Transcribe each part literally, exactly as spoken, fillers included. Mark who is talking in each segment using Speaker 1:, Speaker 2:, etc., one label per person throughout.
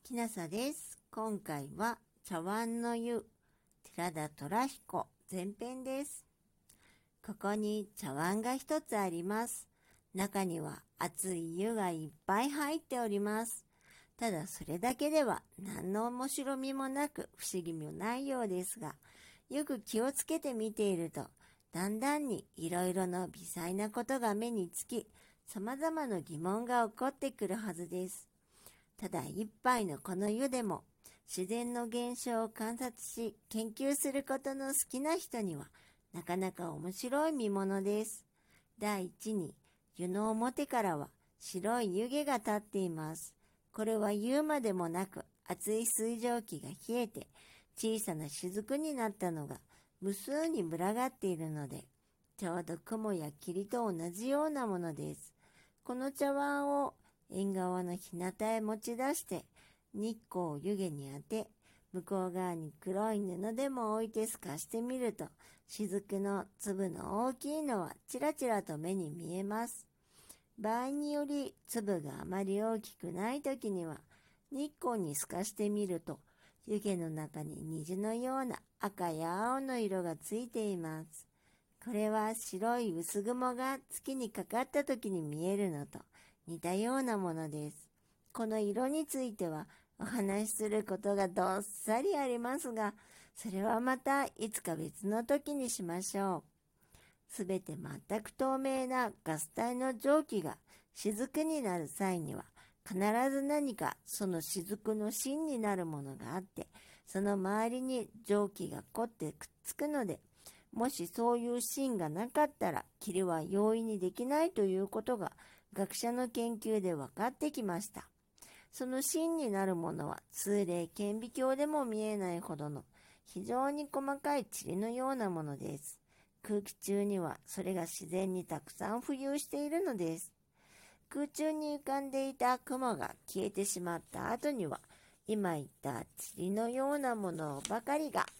Speaker 1: きなさです。今回は茶碗の湯、寺田虎彦前編です。ここに茶碗が一つあります。中には熱い湯がいっぱい入っております。ただそれだけでは何の面白みもなく不思議もないようですが、よく気をつけて見ていると、だんだんにいろいろな微細なことが目につき、様々な疑問が起こってくるはずです。ただ一杯のこの湯でも自然の現象を観察し研究することの好きな人にはなかなか面白い見物です。第一に、湯の表からは白い湯気が立っています。これは言うまでもなく熱い水蒸気が冷えて小さな雫になったのが無数に群がっているので、ちょうど雲や霧と同じようなものです。この茶碗を縁側の日向へ持ち出して日光を湯気に当て、向こう側に黒い布でも置いて透かしてみると、雫の粒の大きいのはちらちらと目に見えます。場合により粒があまり大きくない時には日光に透かしてみると、湯気の中に虹のような赤や青の色がついています。これは白い薄雲が月にかかった時に見えるのと似たようなものです。この色についてはお話しすることがどっさりありますが、それはまたいつか別の時にしましょう。すべて全く透明なガス体の蒸気が雫になる際には、必ず何かその雫の芯になるものがあって、その周りに蒸気が凝ってくっつくので、もしそういう芯がなかったら霧は容易にできないということが学者の研究で分かってきました。その芯になるものは通例顕微鏡でも見えないほどの非常に細かい塵のようなものです。空気中にはそれが自然にたくさん浮遊しているのです。空中に浮かんでいた雲が消えてしまった後には、今言った塵のようなものばかりが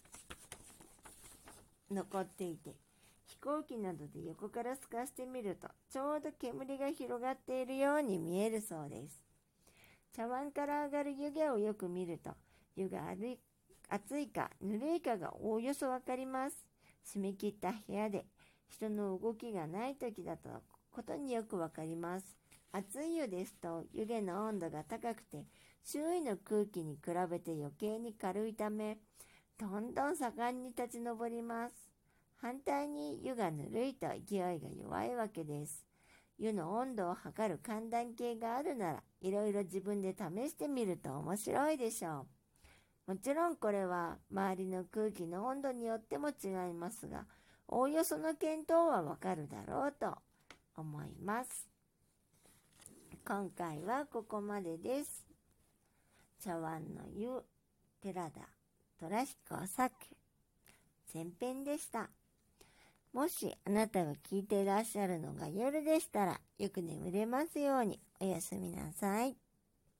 Speaker 1: 残っていて、飛行機などで横から透かしてみると、ちょうど煙が広がっているように見えるそうです。茶碗から上がる湯気をよく見ると、湯が熱いかぬるいかがおおよそわかります。閉め切った部屋で人の動きがない時だとことによくわかります。熱い湯ですと湯気の温度が高くて、周囲の空気に比べて余計に軽いため、どんどん盛んに立ち上ります。反対に湯がぬるいと勢いが弱いわけです。湯の温度を測る寒暖計があるなら、いろいろ自分で試してみると面白いでしょう。もちろんこれは周りの空気の温度によっても違いますが、おおよその見当はわかるだろうと思います。今回はここまでです。茶碗の湯、寺田虎彦作前編でした。もしあなたが聞いていらっしゃるのが夜でしたら、よく眠れますように。おやすみなさい。